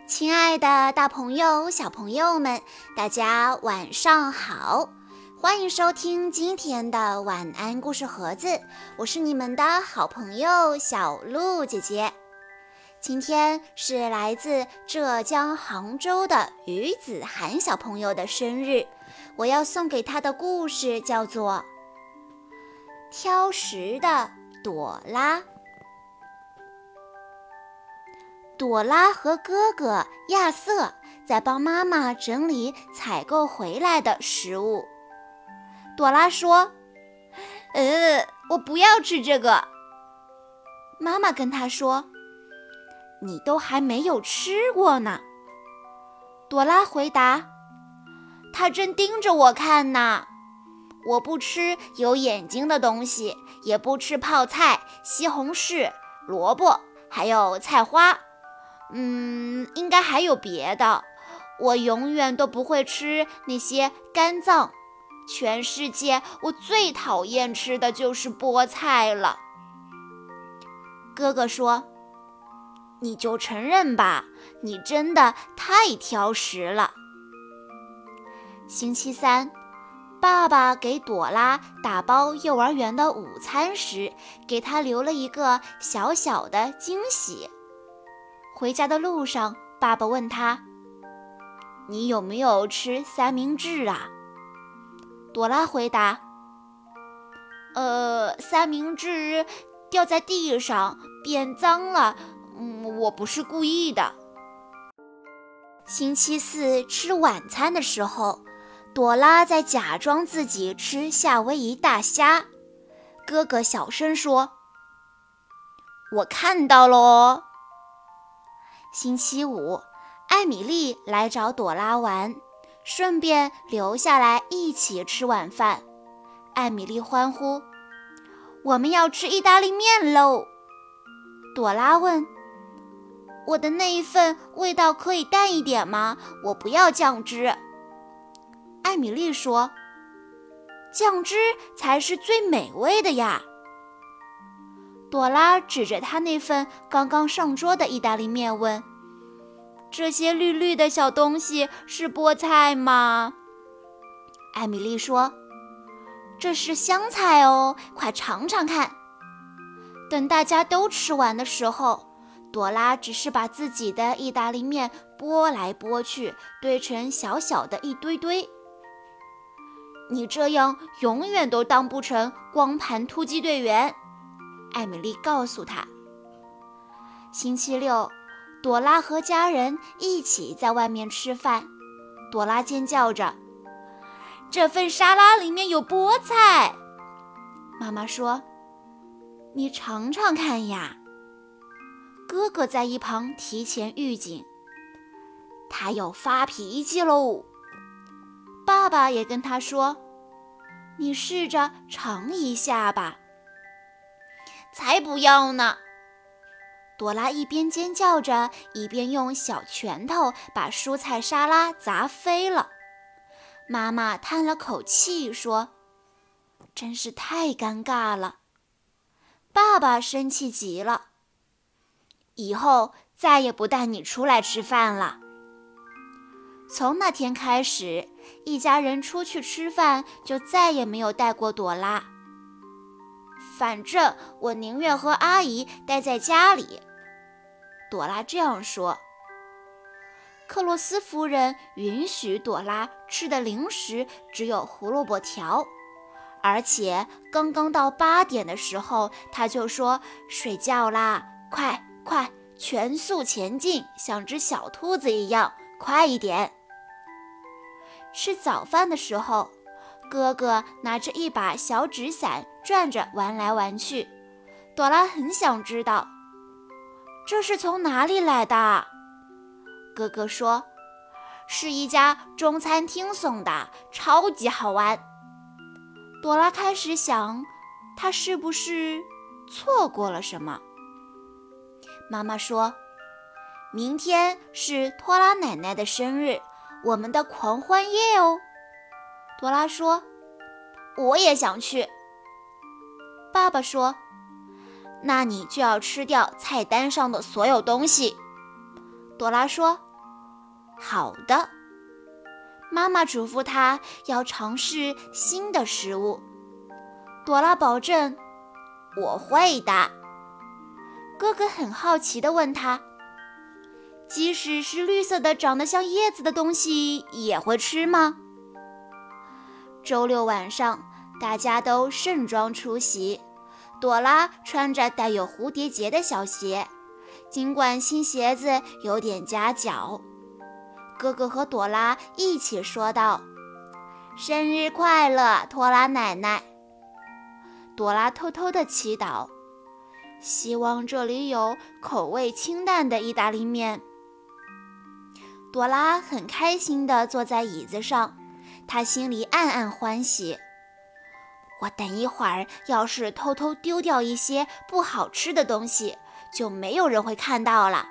亲爱的大朋友、小朋友们，大家晚上好！欢迎收听今天的晚安故事盒子，我是你们的好朋友小鹿姐姐。今天是来自浙江杭州的于子涵小朋友的生日，我要送给他的故事叫做《挑食的朵拉》。朵拉和哥哥亚瑟在帮妈妈整理采购回来的食物。朵拉说：我不要吃这个。妈妈跟她说：你都还没有吃过呢。朵拉回答：她正盯着我看呢。我不吃有眼睛的东西，也不吃泡菜、西红柿、萝卜，还有菜花。应该还有别的。我永远都不会吃那些肝脏。全世界我最讨厌吃的就是菠菜了。哥哥说：你就承认吧，你真的太挑食了。星期三，爸爸给朵拉打包幼儿园的午餐时，给她留了一个小小的惊喜。回家的路上，爸爸问他：你有没有吃三明治啊？朵拉回答：三明治掉在地上变脏了，我不是故意的。星期四吃晚餐的时候，朵拉在假装自己吃夏威夷大虾。哥哥小声说：我看到了哦。星期五，艾米丽来找朵拉玩，顺便留下来一起吃晚饭。艾米丽欢呼：我们要吃意大利面喽！朵拉问：我的那一份味道可以淡一点吗？我不要酱汁。艾米丽说：酱汁才是最美味的呀。朵拉指着她那份刚刚上桌的意大利面问：这些绿绿的小东西是菠菜吗？艾米丽说：这是香菜哦，快尝尝看。等大家都吃完的时候，朵拉只是把自己的意大利面拨来拨去，堆成小小的一堆堆。你这样永远都当不成光盘突击队员，艾米丽告诉他。星期六，朵拉和家人一起在外面吃饭。朵拉尖叫着：这份沙拉里面有菠菜。妈妈说：你尝尝看呀。哥哥在一旁提前预警：他要发脾气喽。爸爸也跟他说：你试着尝一下吧。才不要呢。朵拉一边尖叫着，一边用小拳头把蔬菜沙拉砸飞了。妈妈叹了口气说：真是太尴尬了。爸爸生气极了：以后再也不带你出来吃饭了。从那天开始，一家人出去吃饭就再也没有带过朵拉。反正我宁愿和阿姨待在家里，朵拉这样说。克洛斯夫人允许朵拉吃的零食只有胡萝卜条，而且刚刚到8点的时候，她就说：睡觉啦，快快，全速前进，像只小兔子一样，快一点。吃早饭的时候，哥哥拿着一把小纸伞转着玩来玩去。朵拉很想知道这是从哪里来的。哥哥说：是一家中餐厅送的，超级好玩。朵拉开始想，他是不是错过了什么？妈妈说：明天是托拉奶奶的生日，我们的狂欢夜哦。朵拉说：我也想去。爸爸说：那你就要吃掉菜单上的所有东西。朵拉说： 好的。妈妈嘱咐他要尝试新的食物。朵拉保证：我会的。哥哥很好奇地问他：即使是绿色的长得像叶子的东西也会吃吗？周六晚上，大家都盛装出席。朵拉穿着带有蝴蝶结的小鞋，尽管新鞋子有点夹脚。哥哥和朵拉一起说道：生日快乐，托拉奶奶。朵拉偷偷地祈祷，希望这里有口味清淡的意大利面。朵拉很开心地坐在椅子上，她心里暗暗欢喜。我等一会儿要是偷偷丢掉一些不好吃的东西，就没有人会看到了。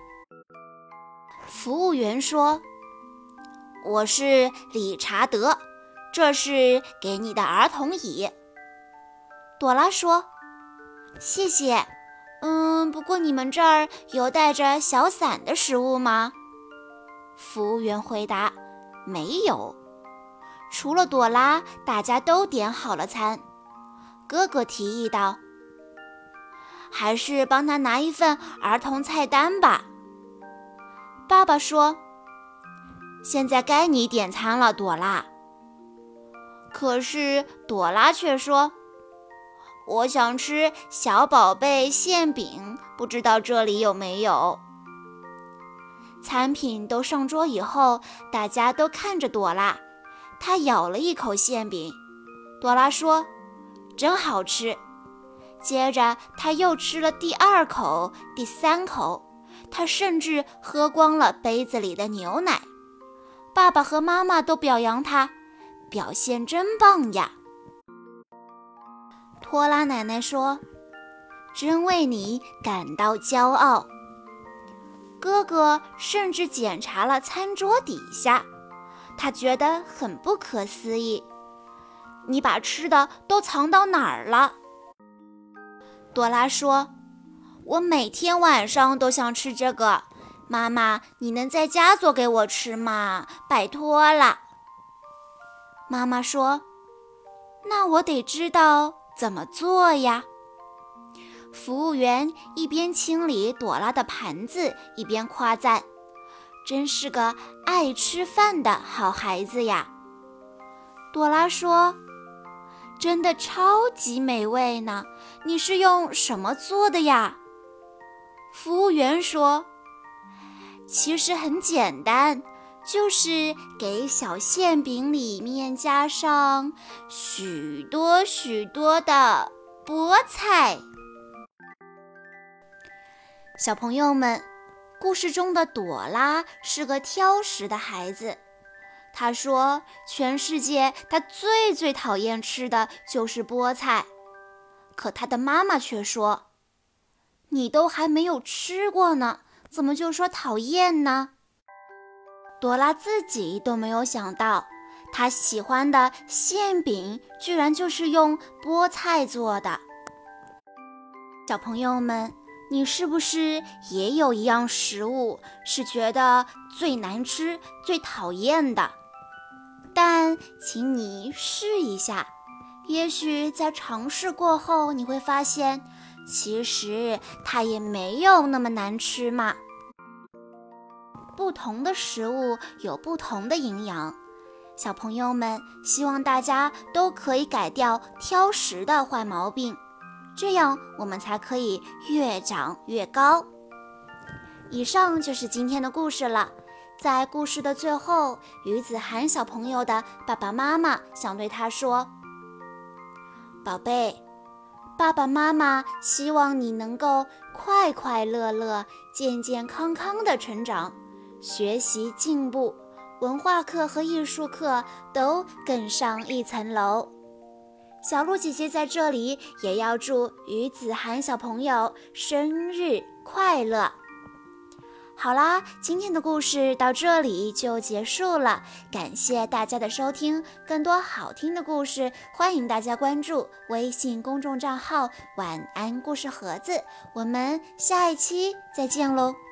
服务员说：我是理查德，这是给你的儿童椅。朵拉说：谢谢。不过你们这儿有带着小伞的食物吗？服务员回答：没有。除了朵拉，大家都点好了餐。哥哥提议道：还是帮他拿一份儿童菜单吧。爸爸说：现在该你点餐了，朵拉。可是朵拉却说：我想吃小宝贝馅饼，不知道这里有没有。餐品都上桌以后，大家都看着朵拉。她咬了一口馅饼，朵拉说：真好吃。接着她又吃了第二口、第三口，她甚至喝光了杯子里的牛奶。爸爸和妈妈都表扬她，表现真棒呀。托拉奶奶说：真为你感到骄傲。哥哥甚至检查了餐桌底下，他觉得很不可思议。你把吃的都藏到哪儿了？朵拉说：我每天晚上都想吃这个，妈妈，你能在家做给我吃吗？拜托了。妈妈说：那我得知道怎么做呀。服务员一边清理朵拉的盘子，一边夸赞：真是个爱吃饭的好孩子呀。朵拉说：真的超级美味呢，你是用什么做的呀？服务员说：其实很简单，就是给小馅饼里面加上许多许多的菠菜。小朋友们，故事中的朵拉是个挑食的孩子。他说，全世界他最讨厌吃的就是菠菜。可他的妈妈却说：你都还没有吃过呢，怎么就说讨厌呢？朵拉自己都没有想到，她喜欢的馅饼居然就是用菠菜做的。小朋友们，你是不是也有一样食物是觉得最难吃、最讨厌的？但请你试一下，也许在尝试过后，你会发现，其实它也没有那么难吃嘛。不同的食物有不同的营养，小朋友们，希望大家都可以改掉挑食的坏毛病，这样我们才可以越长越高。以上就是今天的故事了。在故事的最后，于子涵小朋友的爸爸妈妈想对他说：宝贝，爸爸妈妈希望你能够快快乐乐、健健康康的成长，学习进步，文化课和艺术课都更上一层楼。小鹿姐姐在这里也要祝于子涵小朋友生日快乐。好啦，今天的故事到这里就结束了，感谢大家的收听。更多好听的故事，欢迎大家关注微信公众账号晚安故事盒子。我们下一期再见喽。